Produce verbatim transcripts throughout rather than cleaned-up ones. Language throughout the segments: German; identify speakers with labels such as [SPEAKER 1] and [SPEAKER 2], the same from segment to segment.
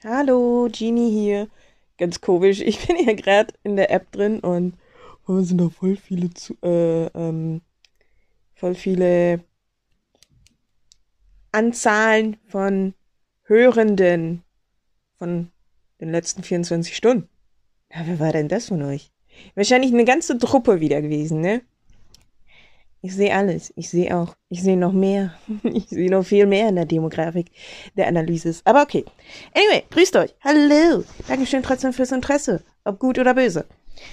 [SPEAKER 1] Hallo, Genie hier. Ganz komisch. Ich bin hier gerade in der App drin und oh, sind da voll viele zu, äh, ähm, voll viele Anzahlen von Hörenden von den letzten vierundzwanzig Stunden. Ja, wer war denn das von euch? Wahrscheinlich eine ganze Truppe wieder gewesen, ne? Ich sehe alles. Ich sehe auch. Ich sehe noch mehr. Ich sehe noch viel mehr in der Demografik der Analysis. Aber okay. Anyway, grüßt euch. Hallo. Dankeschön trotzdem fürs Interesse. Ob gut oder böse.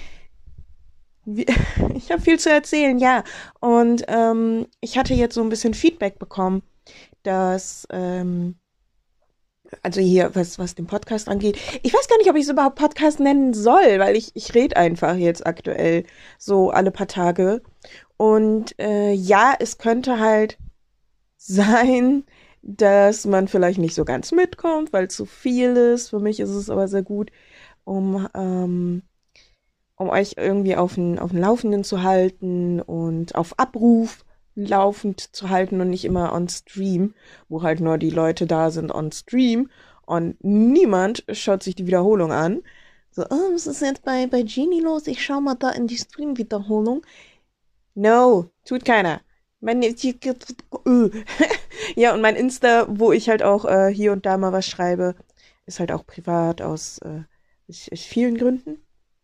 [SPEAKER 1] Wie, ich habe viel zu erzählen, ja. Und ähm, ich hatte jetzt so ein bisschen Feedback bekommen, dass, ähm, also hier, was, was den Podcast angeht. Ich weiß gar nicht, ob ich es überhaupt Podcast nennen soll, weil ich, ich rede einfach jetzt aktuell so alle paar Tage. Und äh, ja, es könnte halt sein, dass man vielleicht nicht so ganz mitkommt, weil zu viel ist. Für mich ist es aber sehr gut, um, ähm, um euch irgendwie auf den, auf den Laufenden zu halten und auf Abruf laufend zu halten und nicht immer on Stream, wo halt nur die Leute da sind on Stream und niemand schaut sich die Wiederholung an. So, oh, was ist jetzt bei, bei Genie los? Ich schau mal da in die Stream-Wiederholung. No, tut keiner. Mein, ja, und mein Insta, wo ich halt auch äh, hier und da mal was schreibe, ist halt auch privat aus, äh, aus vielen Gründen.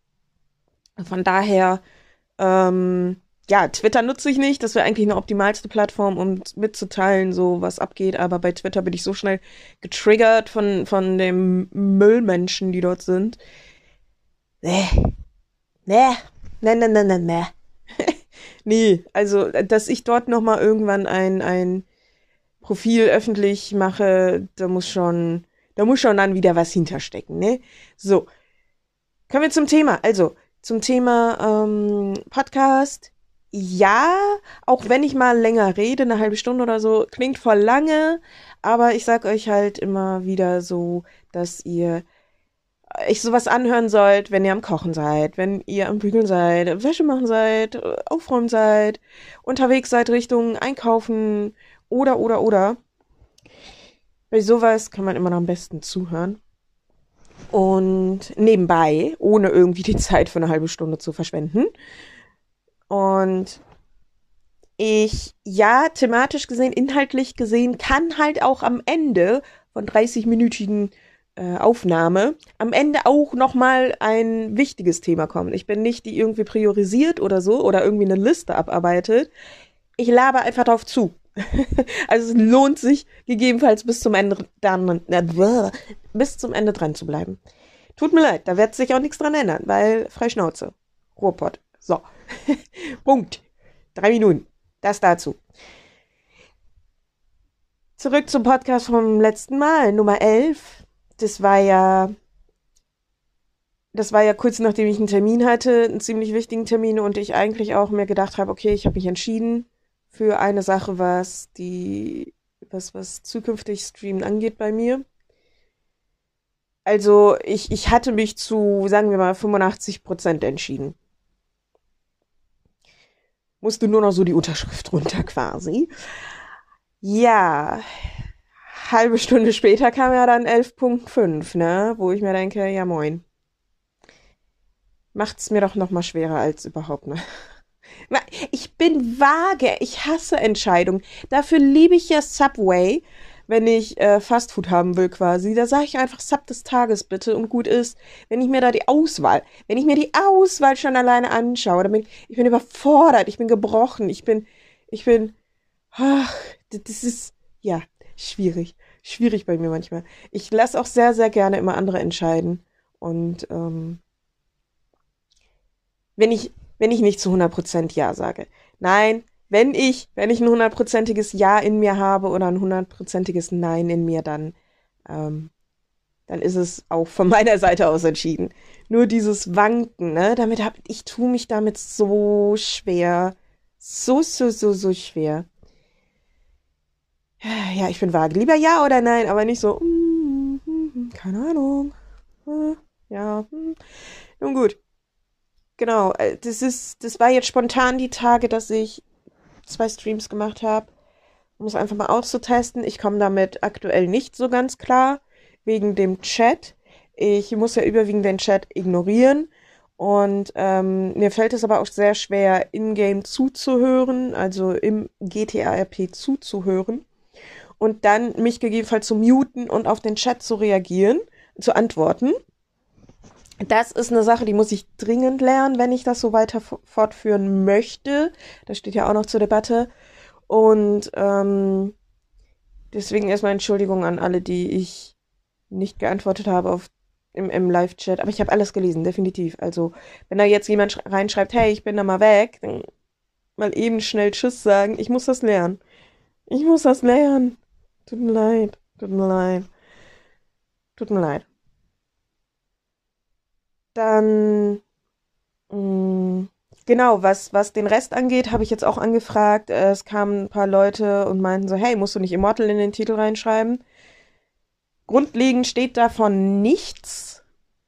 [SPEAKER 1] Von daher, ähm, ja, Twitter nutze ich nicht. Das wäre eigentlich eine optimalste Plattform, um mitzuteilen, so was abgeht. Aber bei Twitter bin ich so schnell getriggert von, von dem Müllmenschen, die dort sind. Nee, nee, nee, nee, nee, nee, nee. Nee, also, dass ich dort nochmal irgendwann ein, ein Profil öffentlich mache, da muss schon, da muss schon dann wieder was hinterstecken, ne? So, kommen wir zum Thema. Also, zum Thema ähm, Podcast. Ja, auch wenn ich mal länger rede, eine halbe Stunde oder so, klingt voll lange, aber ich sag euch halt immer wieder so, dass ihr euch sowas anhören sollt, wenn ihr am Kochen seid, wenn ihr am Bügeln seid, Wäsche machen seid, aufräumen seid, unterwegs seid Richtung Einkaufen oder, oder, oder. Bei sowas kann man immer noch am besten zuhören. Und nebenbei, ohne irgendwie die Zeit für eine halbe Stunde zu verschwenden. Und ich, ja, thematisch gesehen, inhaltlich gesehen, kann halt auch am Ende von dreißig-minütigen äh, Aufnahme am Ende auch nochmal ein wichtiges Thema kommen. Ich bin nicht die irgendwie priorisiert oder so oder irgendwie eine Liste abarbeitet. Ich laber einfach drauf zu. Also es lohnt sich gegebenenfalls bis zum Ende dann, äh, bis zum Ende dran zu bleiben. Tut mir leid, da wird sich auch nichts dran ändern, weil frei Schnauze. Ruhrpott. So. Punkt. Drei Minuten. Das dazu. Zurück zum Podcast vom letzten Mal, Nummer elf. Das war ja, das war ja kurz nachdem ich einen Termin hatte, einen ziemlich wichtigen Termin und ich eigentlich auch mir gedacht habe, okay, ich habe mich entschieden für eine Sache, was die, was, was zukünftig Streamen angeht bei mir. Also ich, ich hatte mich zu, sagen wir mal, fünfundachtzig Prozent entschieden. Musste nur noch so die Unterschrift runter quasi. Ja, halbe Stunde später kam ja dann elf Punkt fünf, ne? Wo ich mir denke, ja moin. Macht's mir doch noch mal schwerer als überhaupt, ne? Ich bin vage, ich hasse Entscheidungen. Dafür liebe ich ja Subway, wenn ich äh, Fastfood haben will quasi. Da sage ich einfach Sub des Tages bitte und gut ist. Wenn ich mir da die Auswahl, wenn ich mir die Auswahl schon alleine anschaue, dann bin ich, ich bin überfordert, ich bin gebrochen, ich bin, ich bin, ach, das ist, ja, schwierig. Schwierig bei mir manchmal. Ich lasse auch sehr, sehr gerne immer andere entscheiden. Und ähm, wenn ich, wenn ich nicht zu hundert Prozent Ja sage. Nein, wenn ich, wenn ich ein hundertprozentiges Ja in mir habe oder ein hundertprozentiges Nein in mir, dann, ähm, dann ist es auch von meiner Seite aus entschieden. Nur dieses Wanken, ne, damit hab, ich tue mich damit so schwer. So, so, so, so schwer. Ja, ich bin vage. Lieber ja oder nein, aber nicht so, mm, mm, keine Ahnung. Äh, ja, mm. Nun gut. Genau, äh, das ist, das war jetzt spontan die Tage, dass ich zwei Streams gemacht habe, um es einfach mal auszutesten. Ich komme damit aktuell nicht so ganz klar. wegen dem Chat. Ich muss ja überwiegend den Chat ignorieren. Und ähm, mir fällt es aber auch sehr schwer, in-game zuzuhören, also im G T A R P zuzuhören und dann mich gegebenenfalls zu muten und auf den Chat zu reagieren, zu antworten. Das ist eine Sache, die muss ich dringend lernen, wenn ich das so weiter fortführen möchte. Das steht ja auch noch zur Debatte. Und ähm, deswegen erstmal Entschuldigung an alle, die ich nicht geantwortet habe auf im, im Live-Chat. Aber ich habe alles gelesen, definitiv. Also wenn da jetzt jemand reinschreibt, hey, ich bin da mal weg, dann mal eben schnell Tschüss sagen. Ich muss das lernen. Ich muss das lernen. Tut mir leid. Tut mir leid. Tut mir leid. Dann, mh, genau, was, was den Rest angeht, habe ich jetzt auch angefragt. Es kamen ein paar Leute und meinten so, hey, musst du nicht Immortal in den Titel reinschreiben? Grundlegend steht davon nichts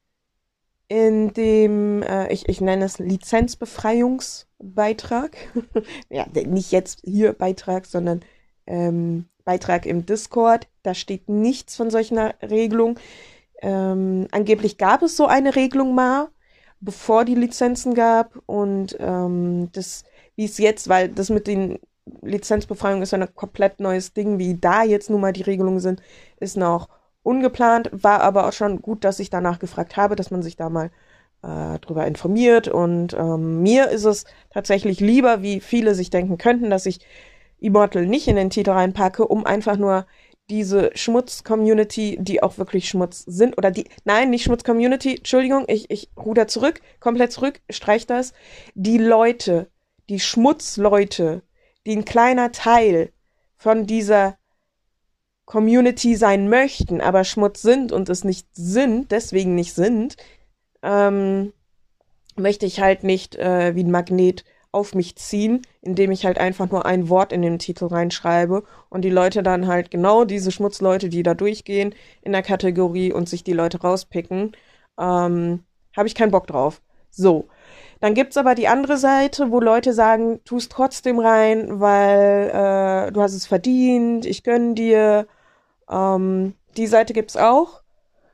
[SPEAKER 1] in dem, äh, ich, ich nenne es Lizenzbefreiungsbeitrag. Ja, nicht jetzt hier Beitrag, sondern ähm, Beitrag im Discord. Da steht nichts von solchen Regelungen. Ähm, angeblich gab es so eine Regelung mal, bevor die Lizenzen gab. Und ähm, das, wie es jetzt, weil das mit den Lizenzbefreiungen ist ja ein komplett neues Ding, wie da jetzt nun mal die Regelungen sind, ist noch ungeplant, war aber auch schon gut, dass ich danach gefragt habe, dass man sich da mal äh, drüber informiert. Und ähm, mir ist es tatsächlich lieber, wie viele sich denken könnten, dass ich Immortal nicht in den Titel reinpacke, um einfach nur diese Schmutz-Community, die auch wirklich Schmutz sind, oder die, nein, nicht Schmutz-Community, Entschuldigung, ich, ich ruder zurück, komplett zurück, streich das, die Leute, die Schmutzleute, die ein kleiner Teil von dieser Community sein möchten, aber Schmutz sind und es nicht sind, deswegen nicht sind, ähm, möchte ich halt nicht äh, wie ein Magnet auf mich ziehen, indem ich halt einfach nur ein Wort in den Titel reinschreibe und die Leute dann halt genau diese Schmutzleute, die da durchgehen in der Kategorie und sich die Leute rauspicken, ähm, habe ich keinen Bock drauf. So. Dann gibt's aber die andere Seite, wo Leute sagen, tu es trotzdem rein, weil äh, du hast es verdient, ich gönn dir. Ähm, die Seite gibt's auch.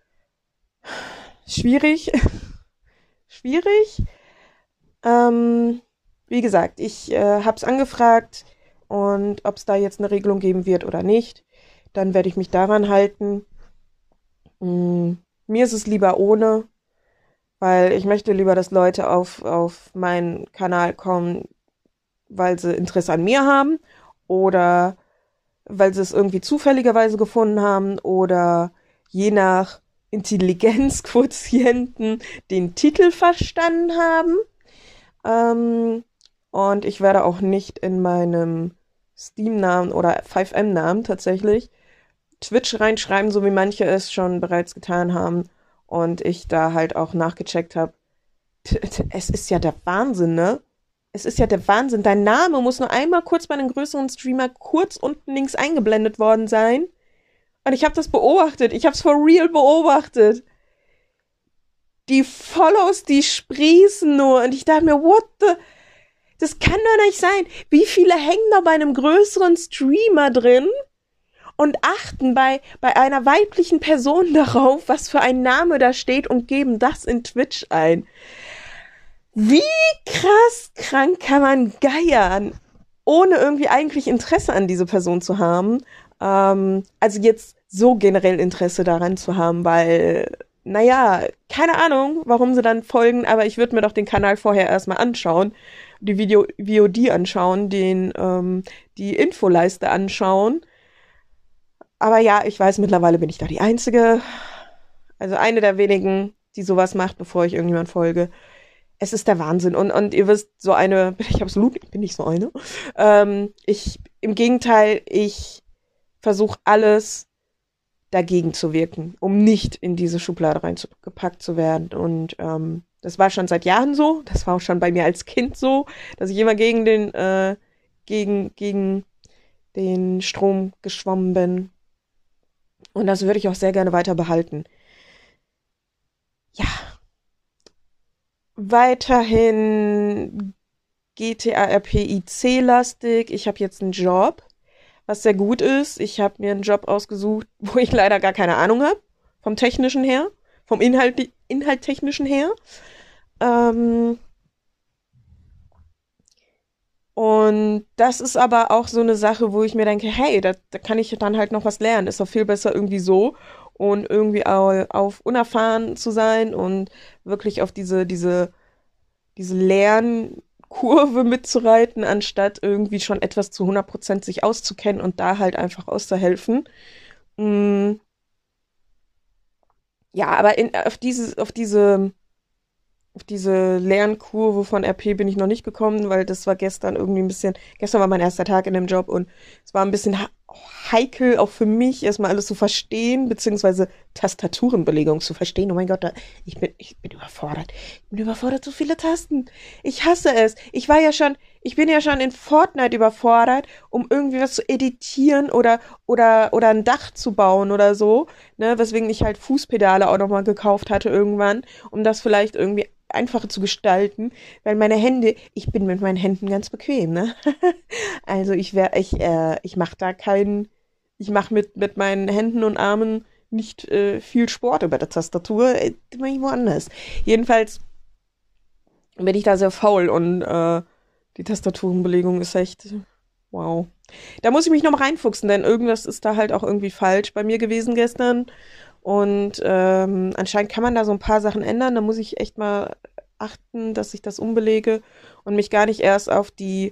[SPEAKER 1] Schwierig. Schwierig. Ähm, wie gesagt, ich äh, hab's angefragt und ob es da jetzt eine Regelung geben wird oder nicht, dann werde ich mich daran halten. Mm, mir ist es lieber ohne, weil ich möchte lieber, dass Leute auf, auf meinen Kanal kommen, weil sie Interesse an mir haben oder weil sie es irgendwie zufälligerweise gefunden haben oder je nach Intelligenzquotienten den Titel verstanden haben. Ähm, und ich werde auch nicht in meinem Steam-Namen oder fünf M-Namen tatsächlich Twitch reinschreiben, so wie manche es schon bereits getan haben. Und ich da halt auch nachgecheckt habe. Es ist ja der Wahnsinn, ne? Es ist ja der Wahnsinn. Dein Name muss nur einmal kurz bei einem größeren Streamer kurz unten links eingeblendet worden sein. Und ich habe das beobachtet. Ich habe es for real beobachtet. Die Follows, die sprießen nur. Und ich dachte mir, what the... Das kann doch nicht sein. Wie viele hängen da bei einem größeren Streamer drin und achten bei, bei einer weiblichen Person darauf, was für ein Name da steht und geben das in Twitch ein. Wie krass krank kann man geiern, ohne irgendwie eigentlich Interesse an diese Person zu haben. Ähm, also jetzt so generell Interesse daran zu haben, weil, naja, keine Ahnung, warum sie dann folgen, aber ich würde mir doch den Kanal vorher erstmal anschauen, die Video V O D anschauen, den ähm, die Infoleiste anschauen. Aber ja, ich weiß, mittlerweile bin ich da die Einzige, also eine der wenigen, die sowas macht, bevor ich irgendjemand folge. Es ist der Wahnsinn. Und, und ihr wisst, so eine, ich absolut, ich bin nicht so eine. Ähm, ich, im Gegenteil, ich versuche alles dagegen zu wirken, um nicht in diese Schublade reingepackt zu werden. Und ähm, das war schon seit Jahren so. Das war auch schon bei mir als Kind so, dass ich immer gegen den, äh, gegen, gegen den Strom geschwommen bin. Und das würde ich auch sehr gerne weiter behalten. Ja. Weiterhin G T A R P I C-lastig. Ich habe jetzt einen Job, was sehr gut ist. Ich habe mir einen Job ausgesucht, wo ich leider gar keine Ahnung habe. vom Technischen her, vom Inhalt, Inhalttechnischen her. Ähm, und das ist aber auch so eine Sache, wo ich mir denke, hey, da, da kann ich dann halt noch was lernen. Ist doch viel besser irgendwie so und irgendwie au- auf unerfahren zu sein und wirklich auf diese, diese, diese Lernkurve mitzureiten, anstatt irgendwie schon etwas zu hundert Prozent sich auszukennen und da halt einfach auszuhelfen. Mm, ja, aber in, auf dieses, auf diese auf diese Lernkurve von R P bin ich noch nicht gekommen, weil das war gestern irgendwie ein bisschen, gestern war mein erster Tag in dem Job und es war ein bisschen heikel, auch für mich, erstmal alles zu verstehen, beziehungsweise Tastaturenbelegung zu verstehen. Oh mein Gott, da, ich bin, ich bin überfordert. Ich bin überfordert, so viele Tasten. Ich hasse es. Ich war ja schon, ich bin ja schon in Fortnite überfordert, um irgendwie was zu editieren oder, oder, oder ein Dach zu bauen oder so, ne, weswegen ich halt Fußpedale auch nochmal gekauft hatte irgendwann, um das vielleicht irgendwie einfacher zu gestalten, weil meine Hände, ich bin mit meinen Händen ganz bequem, ne? Also ich wär, ich, äh, ich mache da keinen, ich mache mit, mit meinen Händen und Armen nicht äh, viel Sport über der Tastatur, äh, mach ich woanders. Jedenfalls bin ich da sehr faul und äh, die Tastaturenbelegung ist echt, wow. Da muss ich mich noch mal reinfuchsen, denn irgendwas ist da halt auch irgendwie falsch bei mir gewesen gestern. Und ähm, anscheinend kann man da so ein paar Sachen ändern. Da muss ich echt mal achten, dass ich das umbelege und mich gar nicht erst auf die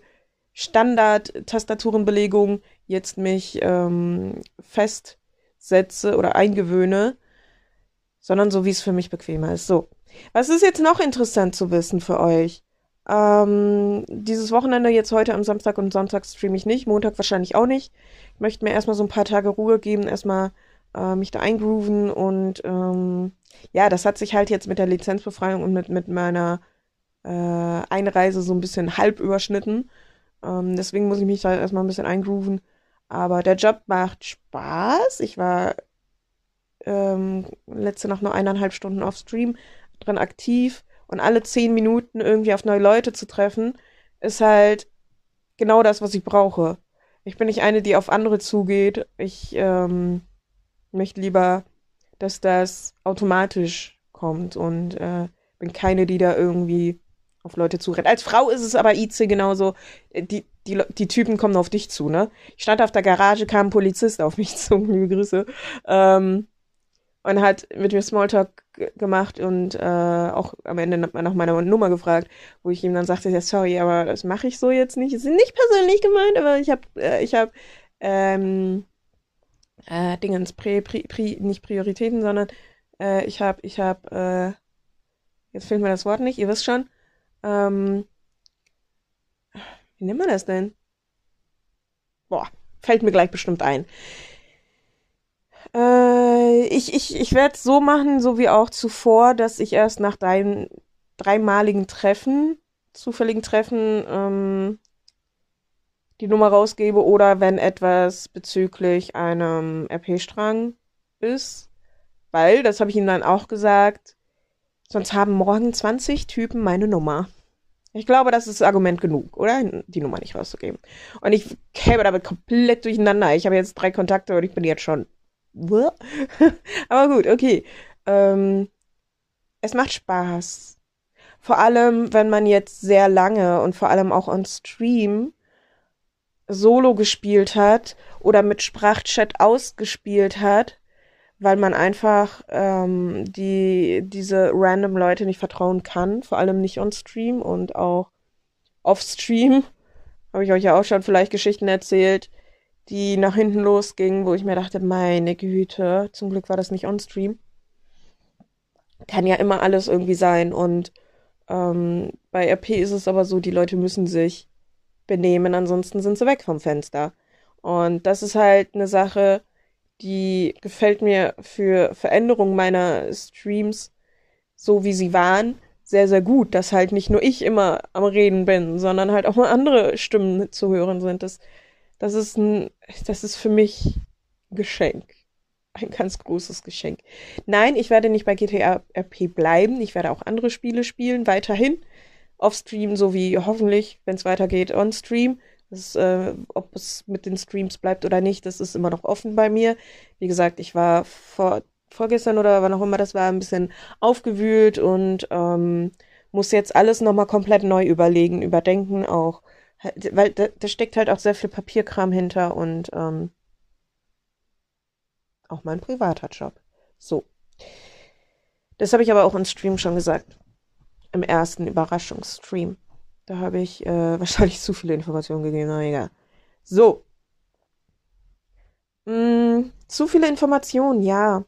[SPEAKER 1] Standard-Tastaturenbelegung jetzt mich ähm, festsetze oder eingewöhne, sondern so, wie es für mich bequemer ist. So, was ist jetzt noch interessant zu wissen für euch? Ähm, dieses Wochenende, jetzt heute am Samstag und Sonntag streame ich nicht, Montag wahrscheinlich auch nicht. Ich möchte mir erstmal so ein paar Tage Ruhe geben, erstmal äh, mich da eingrooven und ähm, ja, das hat sich halt jetzt mit der Lizenzbefreiung und mit, mit meiner äh, Einreise so ein bisschen halb überschnitten. Ähm, deswegen muss ich mich da erstmal ein bisschen eingrooven. Aber der Job macht Spaß. Ich war ähm, letzte Nacht nur eineinhalb Stunden auf Stream dran aktiv und alle zehn Minuten irgendwie auf neue Leute zu treffen, ist halt genau das, was ich brauche. Ich bin nicht eine, die auf andere zugeht. Ich ähm, möchte lieber, dass das automatisch kommt und äh, bin keine, die da irgendwie auf Leute zurennt. Als Frau ist es aber I C genauso. Die, die, die Typen kommen auf dich zu, ne? Ich stand auf der Garage, kam ein Polizist auf mich zu, liebe Grüße. Ähm, und hat mit mir Smalltalk g- gemacht und äh, auch am Ende nach meiner Nummer gefragt, wo ich ihm dann sagte, ja, sorry, aber das mache ich so jetzt nicht. Es ist nicht persönlich gemeint, aber ich habe, äh, ich habe, ähm, äh, Dingens, Pri, Pri, Pri, nicht Prioritäten, sondern äh, ich habe, ich habe, äh, jetzt fehlt mir das Wort nicht, ihr wisst schon, ähm, wie nennt man das denn? Boah, fällt mir gleich bestimmt ein. Äh, ich ich, ich werde es so machen, so wie auch zuvor, dass ich erst nach deinem dreimaligen Treffen, zufälligen Treffen, ähm, die Nummer rausgebe oder wenn etwas bezüglich einem R P-Strang ist. Weil, das habe ich ihm dann auch gesagt, sonst haben morgen zwanzig Typen meine Nummer. Ich glaube, das ist Argument genug, oder? Die Nummer nicht rauszugeben. Und ich käme damit komplett durcheinander. Ich habe jetzt drei Kontakte und ich bin jetzt schon. Aber gut, okay. Ähm, es macht Spaß. Vor allem, wenn man jetzt sehr lange und vor allem auch on Stream Solo gespielt hat oder mit Sprachchat ausgespielt hat, weil man einfach ähm, die diese random Leute nicht vertrauen kann, vor allem nicht on Stream und auch off Stream. Habe ich euch ja auch schon vielleicht Geschichten erzählt, die nach hinten losgingen, wo ich mir dachte, meine Güte, zum Glück war das nicht on Stream. Kann ja immer alles irgendwie sein und ähm, bei R P ist es aber so, die Leute müssen sich benehmen, ansonsten sind sie weg vom Fenster. Und das ist halt eine Sache, die gefällt mir für Veränderung meiner Streams, so wie sie waren, sehr, sehr gut, dass halt nicht nur ich immer am Reden bin, sondern halt auch mal andere Stimmen zu hören sind. Das, das ist ein, das ist für mich ein Geschenk. Ein ganz großes Geschenk. Nein, ich werde nicht bei G T A R P bleiben. Ich werde auch andere Spiele spielen, weiterhin. Off-Stream, sowie hoffentlich, wenn es weitergeht, on-Stream. Das, äh, ob es mit den Streams bleibt oder nicht, das ist immer noch offen bei mir. Wie gesagt, ich war vor vorgestern oder wann auch immer das war, ein bisschen aufgewühlt und ähm, muss jetzt alles nochmal komplett neu überlegen, überdenken auch. Weil da, da steckt halt auch sehr viel Papierkram hinter und ähm, auch mein privater Job. So. Das habe ich aber auch im Stream schon gesagt. Im ersten Überraschungsstream. Da habe ich äh, wahrscheinlich zu viele Informationen gegeben, aber egal. So. Mm, zu viele Informationen, ja.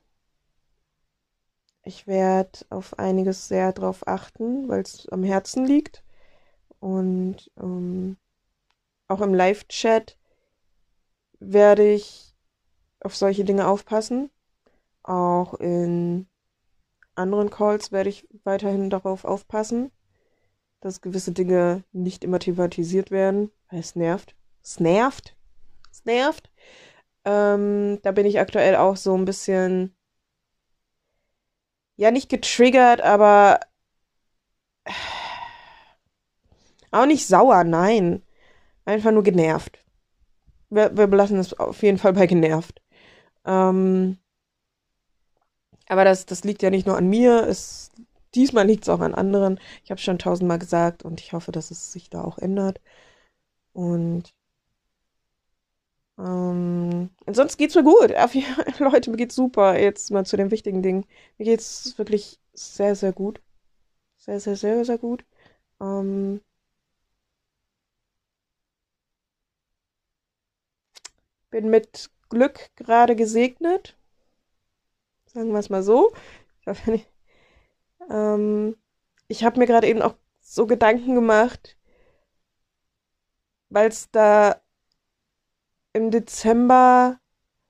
[SPEAKER 1] Ich werde auf einiges sehr drauf achten, weil es am Herzen liegt. Und ähm, auch im Live-Chat werde ich auf solche Dinge aufpassen. Auch in anderen Calls werde ich weiterhin darauf aufpassen, dass gewisse Dinge nicht immer thematisiert werden, weil es nervt. Es nervt. Es nervt. Ähm, da bin ich aktuell auch so ein bisschen, ja, nicht getriggert, aber auch nicht sauer, nein. Einfach nur genervt. Wir, wir belassen es auf jeden Fall bei genervt. Ähm, aber das, das liegt ja nicht nur an mir, es, diesmal liegt es auch an anderen. Ich habe es schon tausendmal gesagt und ich hoffe, dass es sich da auch ändert. Und ähm, ansonsten geht's mir gut. Auf jeden Fall, Leute, mir geht's super. Jetzt mal zu den wichtigen Dingen. Mir geht's wirklich sehr, sehr gut. Sehr, sehr, sehr, sehr gut. Ähm, bin mit Glück gerade gesegnet. Sagen wir es mal so. Ich hoffe nicht. Ähm, ich habe mir gerade eben auch so Gedanken gemacht, weil es da im Dezember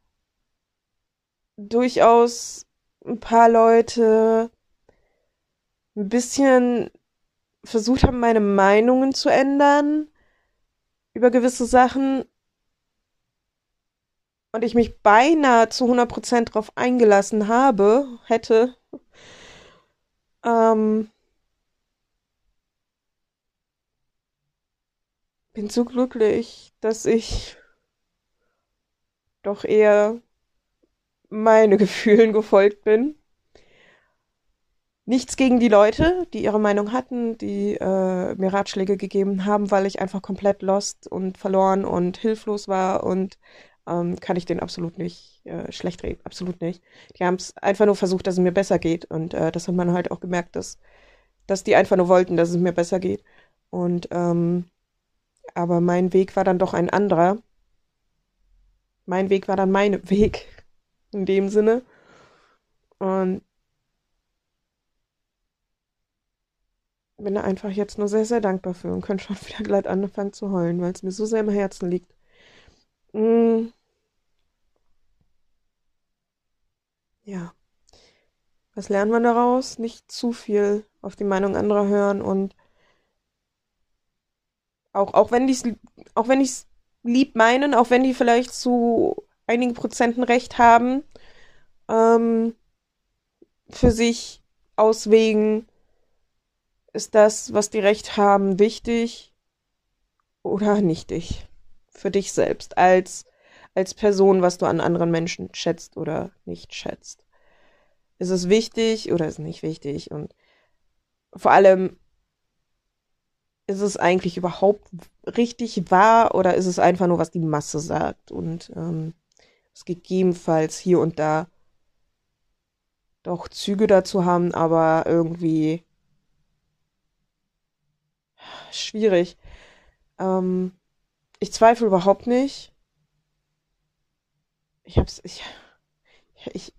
[SPEAKER 1] durchaus ein paar Leute ein bisschen versucht haben, meine Meinungen zu ändern über gewisse Sachen und ich mich beinahe zu hundert Prozent drauf eingelassen habe, hätte. Ähm, bin so glücklich, dass ich doch eher meine Gefühlen gefolgt bin. Nichts gegen die Leute, die ihre Meinung hatten, die äh, mir Ratschläge gegeben haben, weil ich einfach komplett lost und verloren und hilflos war und ähm, kann ich denen absolut nicht äh, schlecht reden, absolut nicht. Die haben es einfach nur versucht, dass es mir besser geht und äh, das hat man halt auch gemerkt, dass, dass die einfach nur wollten, dass es mir besser geht. Und ähm, aber mein Weg war dann doch ein anderer. Mein Weg war dann mein Weg in dem Sinne und bin da einfach jetzt nur sehr, sehr dankbar für und könnte schon wieder glatt anfangen zu heulen, weil es mir so sehr im Herzen liegt. Mm, ja, was lernen wir daraus? Nicht zu viel auf die Meinung anderer hören und auch, auch wenn die auch wenn die es lieb meinen, auch wenn die vielleicht zu einigen Prozenten Recht haben, ähm, für sich auswägen, ist das, was die Recht haben, wichtig oder nichtig? Für dich selbst, als, als Person, was du an anderen Menschen schätzt oder nicht schätzt. Ist es wichtig oder ist es nicht wichtig? Und vor allem, ist es eigentlich überhaupt richtig wahr oder ist es einfach nur, was die Masse sagt und ähm, es gegebenenfalls hier und da doch Züge dazu haben, aber irgendwie schwierig. Ähm, ich zweifle überhaupt nicht. Ich hab's, ich, ich,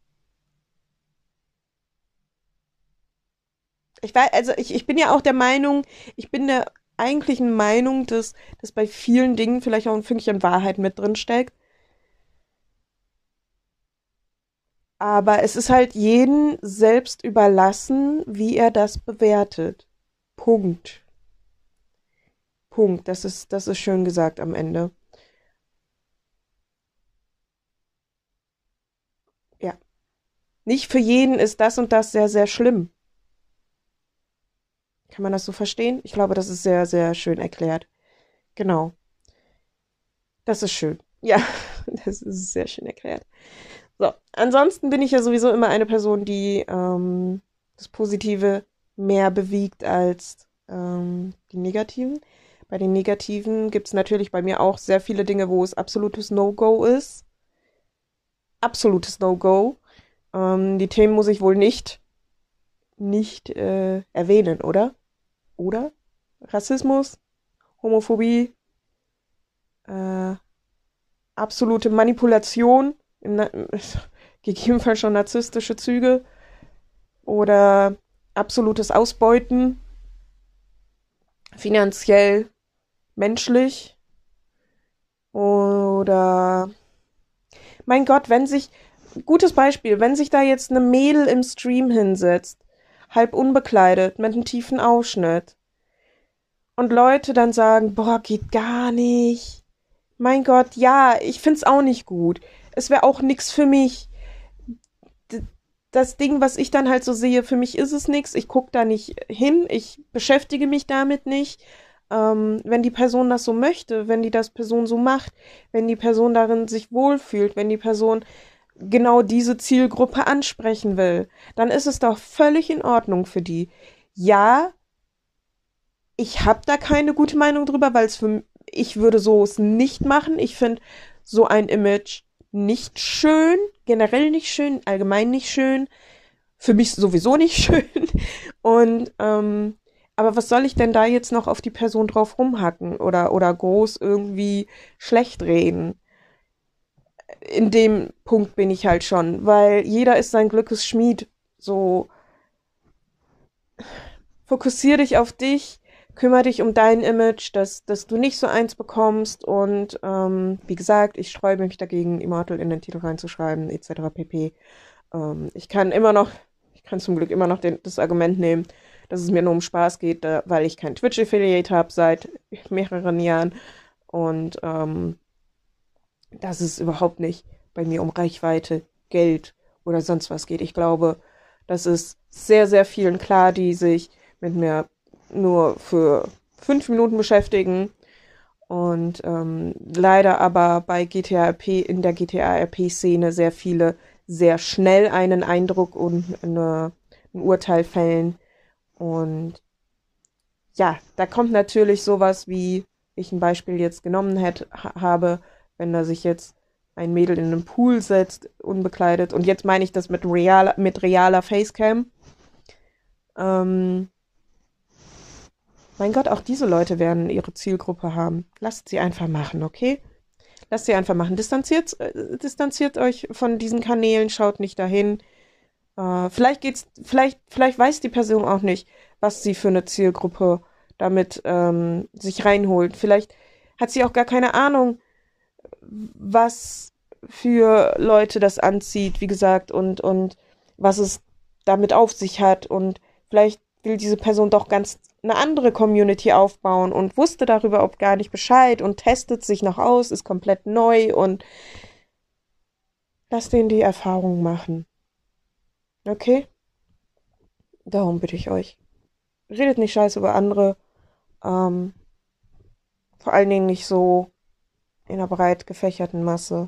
[SPEAKER 1] ich weiß, also ich, ich bin ja auch der Meinung, ich bin der eigentlichen Meinung, dass, dass bei vielen Dingen vielleicht auch ein Fünkchen Wahrheit mit drin steckt. Aber es ist halt jedem selbst überlassen, wie er das bewertet. Punkt. Punkt. Das ist, das ist schön gesagt am Ende. Ja. Nicht für jeden ist das und das sehr, sehr schlimm. Kann man das so verstehen? Ich glaube, das ist sehr, sehr schön erklärt. Genau. Das ist schön. Ja, das ist sehr schön erklärt. So, ansonsten bin ich ja sowieso immer eine Person, die ähm, das Positive mehr bewegt als ähm, die Negativen. Bei den Negativen gibt es natürlich bei mir auch sehr viele Dinge, wo es absolutes No-Go ist. Absolutes No-Go. Ähm, die Themen muss ich wohl nicht, nicht äh, erwähnen, oder? Oder? Rassismus, Homophobie, äh, absolute Manipulation, im Na gegebenenfalls schon narzisstische Züge oder absolutes Ausbeuten, finanziell, menschlich oder mein Gott, wenn sich, gutes Beispiel, wenn sich da jetzt eine Mädel im Stream hinsetzt, halb unbekleidet, mit einem tiefen Ausschnitt und Leute dann sagen, boah, geht gar nicht. Mein Gott, ja, ich find's auch nicht gut. Es wäre auch nix für mich. D- Das Ding, was ich dann halt so sehe, für mich ist es nix. Ich guck da nicht hin. Ich beschäftige mich damit nicht. Ähm, wenn die Person das so möchte, wenn die das Person so macht, wenn die Person darin sich wohlfühlt, wenn die Person genau diese Zielgruppe ansprechen will, dann ist es doch völlig in Ordnung für die. Ja, ich habe da keine gute Meinung drüber, weil es für ich würde so es nicht machen. Ich finde so ein Image nicht schön, generell nicht schön, allgemein nicht schön, für mich sowieso nicht schön. Und ähm, aber was soll ich denn da jetzt noch auf die Person drauf rumhacken oder oder groß irgendwie schlecht reden? In dem Punkt bin ich halt schon, weil jeder ist sein Glückes Schmied. So, fokussier dich auf dich, kümmere dich um dein Image, dass, dass du nicht so eins bekommst und ähm, wie gesagt, ich sträube mich dagegen, Immortal in den Titel reinzuschreiben, et cetera pp. Ähm, ich kann immer noch, ich kann zum Glück immer noch den, das Argument nehmen, dass es mir nur um Spaß geht, da, weil ich kein Twitch-Affiliate habe seit mehreren Jahren und ähm, dass es überhaupt nicht bei mir um Reichweite, Geld oder sonst was geht. Ich glaube, das ist sehr, sehr vielen klar, die sich mit mir nur für fünf Minuten beschäftigen und ähm, leider aber bei G T A R P, in der G T A R P-Szene sehr viele sehr schnell einen Eindruck und eine, ein Urteil fällen. Und ja, da kommt natürlich sowas, wie ich ein Beispiel jetzt genommen hätte, ha habe, wenn da sich jetzt ein Mädel in einen Pool setzt, unbekleidet. Und jetzt meine ich das mit realer, mit realer Facecam. Ähm, mein Gott, auch diese Leute werden ihre Zielgruppe haben. Lasst sie einfach machen, okay? Lasst sie einfach machen. Distanziert, äh, distanziert euch von diesen Kanälen, schaut nicht dahin. Äh, vielleicht geht's, vielleicht, vielleicht weiß die Person auch nicht, was sie für eine Zielgruppe damit ähm, sich reinholt. Vielleicht hat sie auch gar keine Ahnung, was für Leute das anzieht, wie gesagt, und, und was es damit auf sich hat. Und vielleicht will diese Person doch ganz eine andere Community aufbauen und wusste darüber auch gar nicht Bescheid und testet sich noch aus, ist komplett neu und lasst denen die Erfahrung machen. Okay? Darum bitte ich euch. Redet nicht scheiße über andere. Ähm, vor allen Dingen nicht so in einer breit gefächerten Masse.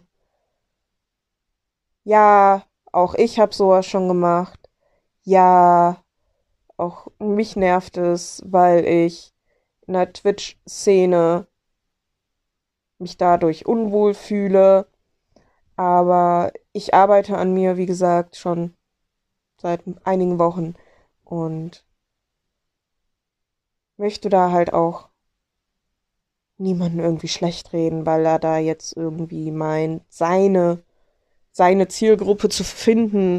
[SPEAKER 1] Ja, auch ich habe sowas schon gemacht. Ja, auch mich nervt es, weil ich in der Twitch-Szene mich dadurch unwohl fühle. Aber ich arbeite an mir, wie gesagt, schon seit einigen Wochen und möchte da halt auch niemanden irgendwie schlecht reden, weil er da jetzt irgendwie meint, seine, seine Zielgruppe zu finden,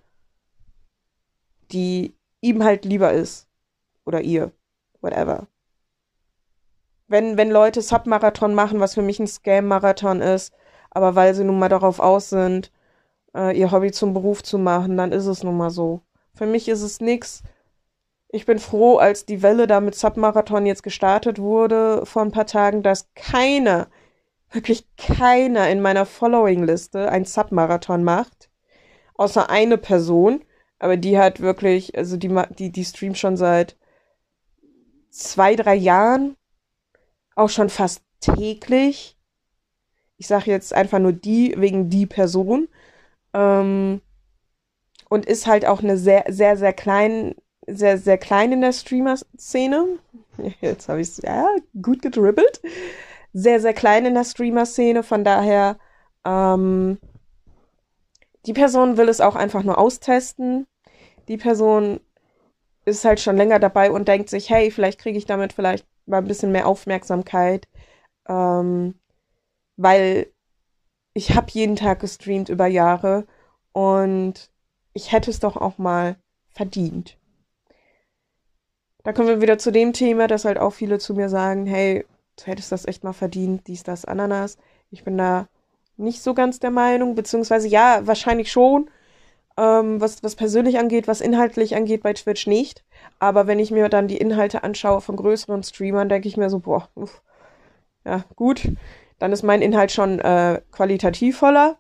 [SPEAKER 1] die ihm halt lieber ist. Oder ihr. Whatever. Wenn, wenn Leute Submarathon machen, was für mich ein Scam-Marathon ist, aber weil sie nun mal darauf aus sind, äh, ihr Hobby zum Beruf zu machen, dann ist es nun mal so. Für mich ist es nix. Ich bin froh, als die Welle da mit Submarathon jetzt gestartet wurde vor ein paar Tagen, dass keiner, wirklich keiner in meiner Following-Liste ein Submarathon macht. Außer eine Person. Aber die hat wirklich, also die, die, die streamt schon seit zwei, drei Jahren. Auch schon fast täglich. Ich sage jetzt einfach nur die, wegen die Person. Ähm, und ist halt auch eine sehr, sehr, sehr klein, sehr, sehr klein in der Streamer-Szene. Jetzt habe ich es, ja, gut gedribbelt. Sehr, sehr klein in der Streamer-Szene, von daher, ähm, die Person will es auch einfach nur austesten. Die Person ist halt schon länger dabei und denkt sich, hey, vielleicht kriege ich damit vielleicht mal ein bisschen mehr Aufmerksamkeit, ähm, weil ich habe jeden Tag gestreamt über Jahre und ich hätte es doch auch mal verdient. Da kommen wir wieder zu dem Thema, dass halt auch viele zu mir sagen, hey, du hättest das echt mal verdient, dies, das, Ananas. Ich bin da nicht so ganz der Meinung, beziehungsweise ja, wahrscheinlich schon, ähm, was, was persönlich angeht, was inhaltlich angeht, bei Twitch nicht. Aber wenn ich mir dann die Inhalte anschaue von größeren Streamern, denke ich mir so, boah, uff, ja, gut, dann ist mein Inhalt schon äh, qualitativ voller.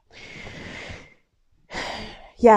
[SPEAKER 1] Ja,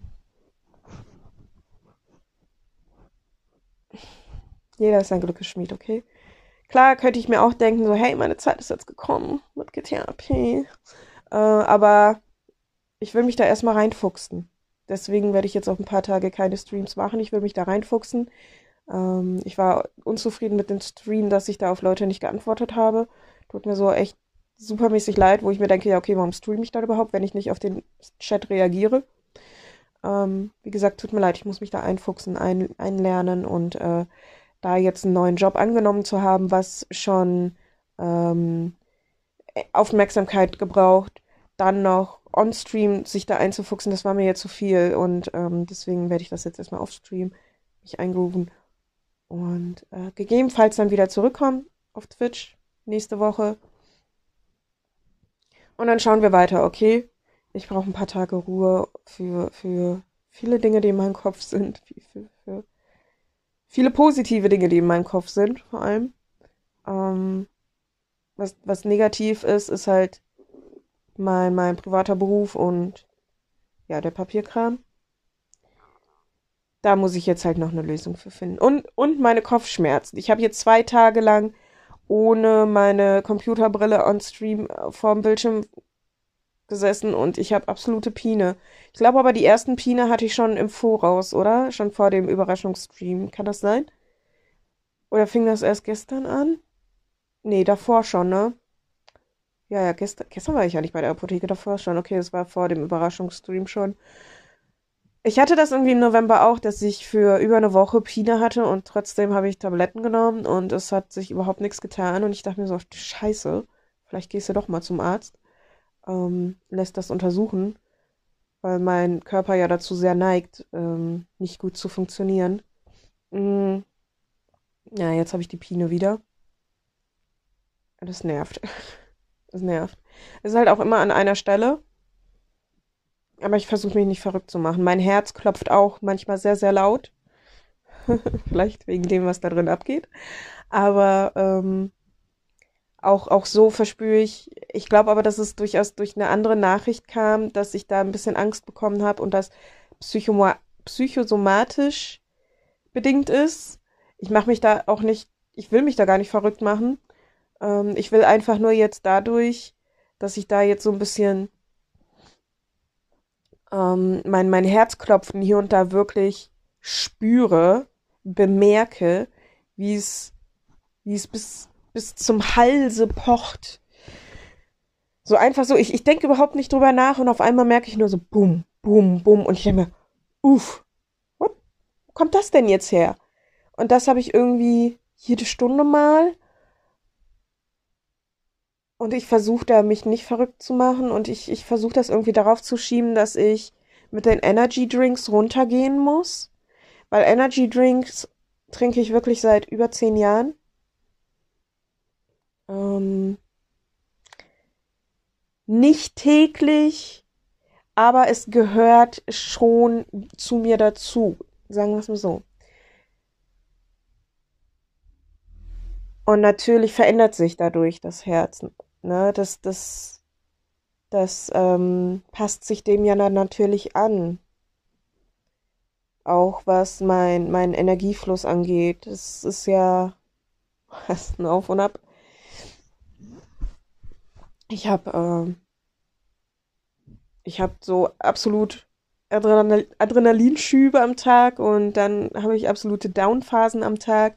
[SPEAKER 1] jeder ist sein Glückes Schmied, okay? Klar könnte ich mir auch denken, so, hey, meine Zeit ist jetzt gekommen mit G T A P. Äh, aber ich will mich da erstmal reinfuchsen. Deswegen werde ich jetzt auch ein paar Tage keine Streams machen. Ich will mich da reinfuchsen. Ähm, ich war unzufrieden mit dem Stream, dass ich da auf Leute nicht geantwortet habe. Tut mir so echt supermäßig leid, wo ich mir denke, ja, okay, warum streame ich dann überhaupt, wenn ich nicht auf den Chat reagiere? Ähm, wie gesagt, tut mir leid, ich muss mich da einfuchsen, ein, einlernen und äh, da jetzt einen neuen Job angenommen zu haben, was schon ähm, Aufmerksamkeit gebraucht, dann noch on-stream sich da einzufuchsen, das war mir jetzt zu viel und ähm, deswegen werde ich das jetzt erstmal off-stream mich eingrooven und äh, gegebenenfalls dann wieder zurückkommen auf Twitch nächste Woche und dann schauen wir weiter, okay? Ich brauche ein paar Tage Ruhe für, für viele Dinge, die in meinem Kopf sind, für, für, für viele positive Dinge, die in meinem Kopf sind, vor allem. Ähm, was, was negativ ist, ist halt mein, mein privater Beruf und ja, der Papierkram. Da muss ich jetzt halt noch eine Lösung für finden. Und, und meine Kopfschmerzen. Ich habe jetzt zwei Tage lang ohne meine Computerbrille on Stream vorm Bildschirm gesessen und ich habe absolute Pine. Ich glaube aber, die ersten Pine hatte ich schon im Voraus, oder? Schon vor dem Überraschungsstream. Kann das sein? Oder fing das erst gestern an? Nee, davor schon, ne? Ja, ja, gestern, gestern war ich ja nicht bei der Apotheke, davor schon. Okay, das war vor dem Überraschungsstream schon. Ich hatte das irgendwie im November auch, dass ich für über eine Woche Pine hatte und trotzdem habe ich Tabletten genommen und es hat sich überhaupt nichts getan und ich dachte mir so, Scheiße, vielleicht gehst du doch mal zum Arzt, ähm, lässt das untersuchen, weil mein Körper ja dazu sehr neigt, ähm, nicht gut zu funktionieren. Mm, ja, jetzt habe ich die Pine wieder. Das nervt. Das nervt. Es ist halt auch immer an einer Stelle. Aber ich versuche mich nicht verrückt zu machen. Mein Herz klopft auch manchmal sehr, sehr laut. Vielleicht wegen dem, was da drin abgeht. Aber ähm, auch, auch so verspüre ich, ich glaube aber, dass es durchaus durch eine andere Nachricht kam, dass ich da ein bisschen Angst bekommen habe und das psychomo psychosomatisch bedingt ist. Ich mache mich da auch nicht, ich will mich da gar nicht verrückt machen. Ähm, ich will einfach nur jetzt dadurch, dass ich da jetzt so ein bisschen ähm, mein, mein Herzklopfen hier und da wirklich spüre, bemerke, wie es, wie es bis, bis zum Halse pocht. So einfach so, ich, ich denke überhaupt nicht drüber nach und auf einmal merke ich nur so bum, bum, bum und ich denke mir, uff, what? Wo kommt das denn jetzt her? Und das habe ich irgendwie jede Stunde mal und ich versuche da mich nicht verrückt zu machen und ich, ich versuche das irgendwie darauf zu schieben, dass ich mit den Energy Drinks runtergehen muss. Weil Energy Drinks trinke ich wirklich seit über zehn Jahren. Ähm, nicht täglich, aber es gehört schon zu mir dazu. Sagen wir es mal so. Und natürlich verändert sich dadurch das Herz. Ne? Das, das, das ähm, passt sich dem ja dann natürlich an. Auch was mein, mein Energiefluss angeht. Das ist ja was ein Auf und Ab. Ich habe ähm, Ich habe so absolut Adrenal Adrenalinschübe am Tag und dann habe ich absolute Downphasen am Tag.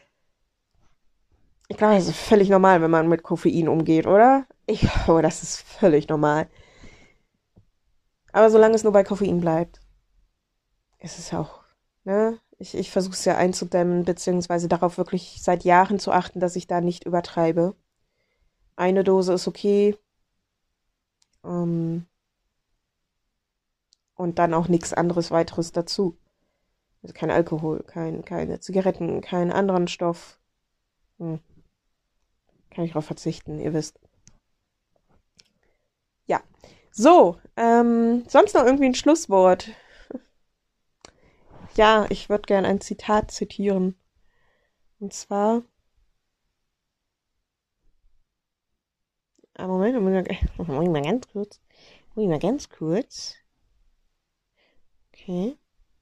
[SPEAKER 1] Ich glaube, das ist völlig normal, wenn man mit Koffein umgeht, oder? Ich glaube, das ist völlig normal. Aber solange es nur bei Koffein bleibt, ist es auch, ne? Ich, ich versuche es ja einzudämmen, beziehungsweise darauf wirklich seit Jahren zu achten, dass ich da nicht übertreibe. Eine Dose ist okay, ähm, und dann auch nichts anderes weiteres dazu. Also kein Alkohol, kein, keine Zigaretten, keinen anderen Stoff. Hm, kann ich darauf verzichten, ihr wisst. Ja. So, ähm, sonst noch irgendwie ein Schlusswort. Ja, ich würde gern ein Zitat zitieren. Und zwar, ah, Moment, Moment, Moment, mal ganz kurz. Moment, mal ganz kurz. Okay.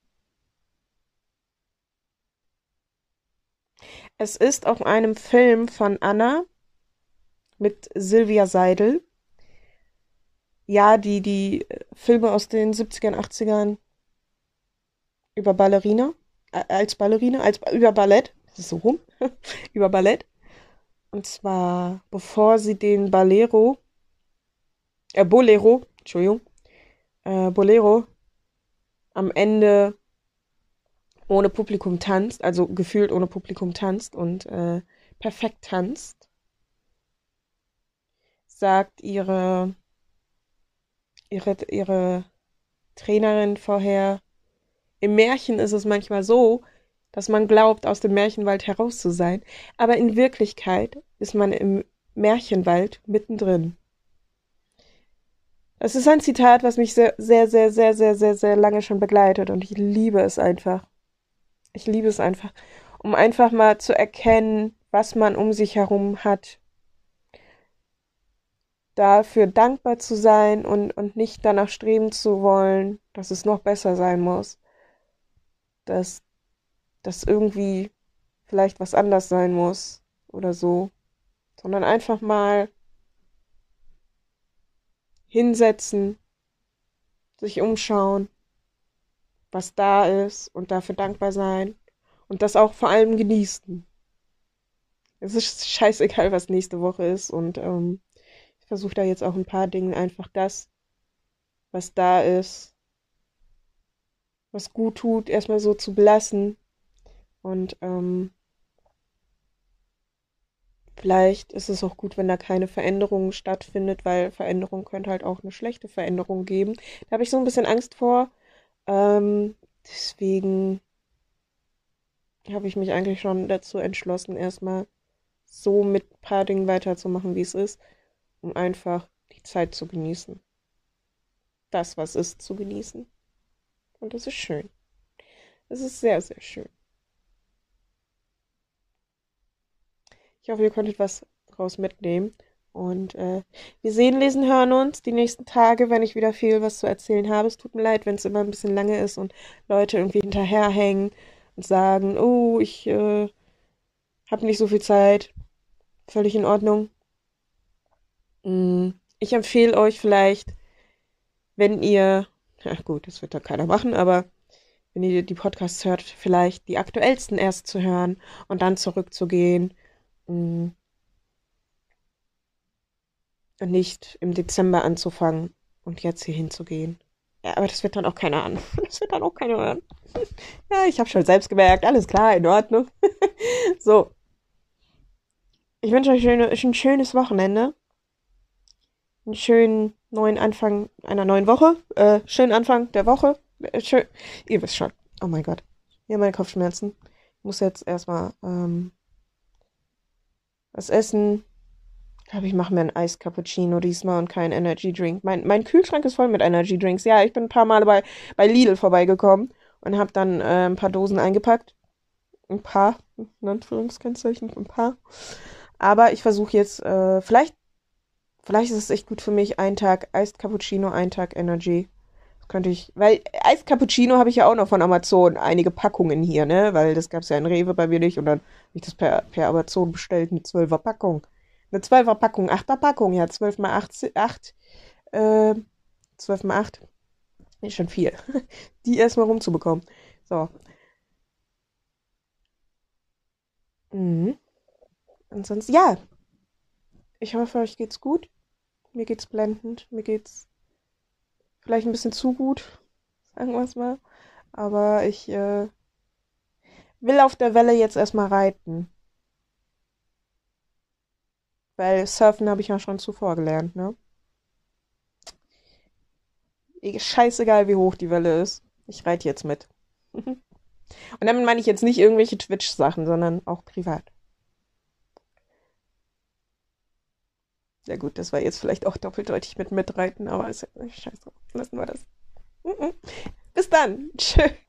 [SPEAKER 1] Es ist auf einem Film von Anna mit Silvia Seidel. Ja, die, die äh, Filme aus den siebzigern, achtzigern über Ballerina, äh, als Ballerina, als über Ballett, das ist so rum, über Ballett. Und zwar, bevor sie den Bolero, äh, Bolero, Entschuldigung, äh, Bolero am Ende ohne Publikum tanzt, also gefühlt ohne Publikum tanzt und äh, perfekt tanzt, sagt ihre, ihre, ihre Trainerin vorher, im Märchen ist es manchmal so, dass man glaubt, aus dem Märchenwald heraus zu sein, aber in Wirklichkeit ist man im Märchenwald mittendrin. Es ist ein Zitat, was mich sehr, sehr, sehr, sehr, sehr, sehr, sehr lange schon begleitet und ich liebe es einfach. Ich liebe es einfach, um einfach mal zu erkennen, was man um sich herum hat, dafür dankbar zu sein und, und nicht danach streben zu wollen, dass es noch besser sein muss, dass das irgendwie vielleicht was anders sein muss oder so, sondern einfach mal hinsetzen, sich umschauen, was da ist und dafür dankbar sein und das auch vor allem genießen. Es ist scheißegal, was nächste Woche ist und ähm, ich versuche da jetzt auch ein paar Dinge einfach das, was da ist, was gut tut, erstmal so zu belassen und ähm, vielleicht ist es auch gut, wenn da keine Veränderung stattfindet, weil Veränderung könnte halt auch eine schlechte Veränderung geben. Da habe ich so ein bisschen Angst vor. Ähm, deswegen habe ich mich eigentlich schon dazu entschlossen, erstmal so mit ein paar Dingen weiterzumachen, wie es ist, um einfach die Zeit zu genießen. Das, was ist, zu genießen. Und das ist schön. Es ist sehr, sehr schön. Ich hoffe, ihr konntet was draus mitnehmen. Und äh, wir sehen, lesen, hören uns die nächsten Tage, wenn ich wieder viel was zu erzählen habe. Es tut mir leid, wenn es immer ein bisschen lange ist und Leute irgendwie hinterherhängen und sagen, oh, ich äh, habe nicht so viel Zeit. Völlig in Ordnung. Mm, Ich empfehle euch vielleicht, wenn ihr, ja gut, das wird da keiner machen, aber wenn ihr die Podcasts hört, vielleicht die aktuellsten erst zu hören und dann zurückzugehen. Mm, Und nicht im Dezember anzufangen und jetzt hier hinzugehen. Ja, aber das wird dann auch keiner an. Das wird dann auch keiner hören. Ja, ich habe schon selbst gemerkt, alles klar, in Ordnung. So, ich wünsche euch schöne, ein schönes Wochenende. Einen schönen neuen Anfang einer neuen Woche. Äh, schönen Anfang der Woche. Äh, schön, ihr wisst schon. Oh mein Gott. Hier meine Kopfschmerzen. Ich muss jetzt erstmal ähm, was essen. Ich glaube, ich mache mir einen Eis Cappuccino diesmal und keinen Energy Drink. Mein, mein Kühlschrank ist voll mit Energy Drinks. Ja, ich bin ein paar Male bei, bei Lidl vorbeigekommen und habe dann äh, ein paar Dosen eingepackt. Ein paar, in Anführungskennzeichen, ein paar. Aber ich versuche jetzt, äh, vielleicht, vielleicht ist es echt gut für mich, einen Tag Eis Cappuccino, einen Tag Energy. Das könnte ich, weil Eis Cappuccino habe ich ja auch noch von Amazon, einige Packungen hier, ne? Weil das gab es ja in Rewe bei mir nicht und dann habe ich das per, per Amazon bestellt, eine zwölfer Packung. Eine zwölfer Packung, achtter Packung, ja, zwölf mal acht, acht äh, zwölf mal acht ist schon viel. Die erstmal rumzubekommen. So. Mhm. Ansonsten, ja, ich hoffe, euch geht's gut. Mir geht's blendend. Mir geht's vielleicht ein bisschen zu gut, sagen wir es mal. Aber ich äh, will auf der Welle jetzt erstmal reiten. Weil Surfen habe ich ja schon zuvor gelernt, ne? Eh, scheißegal, wie hoch die Welle ist. Ich reite jetzt mit. Und damit meine ich jetzt nicht irgendwelche Twitch-Sachen, sondern auch privat. Ja gut, das war jetzt vielleicht auch doppeldeutig mit mitreiten, aber ist ja scheiße. Lassen wir das. Mhm. Bis dann. Tschüss.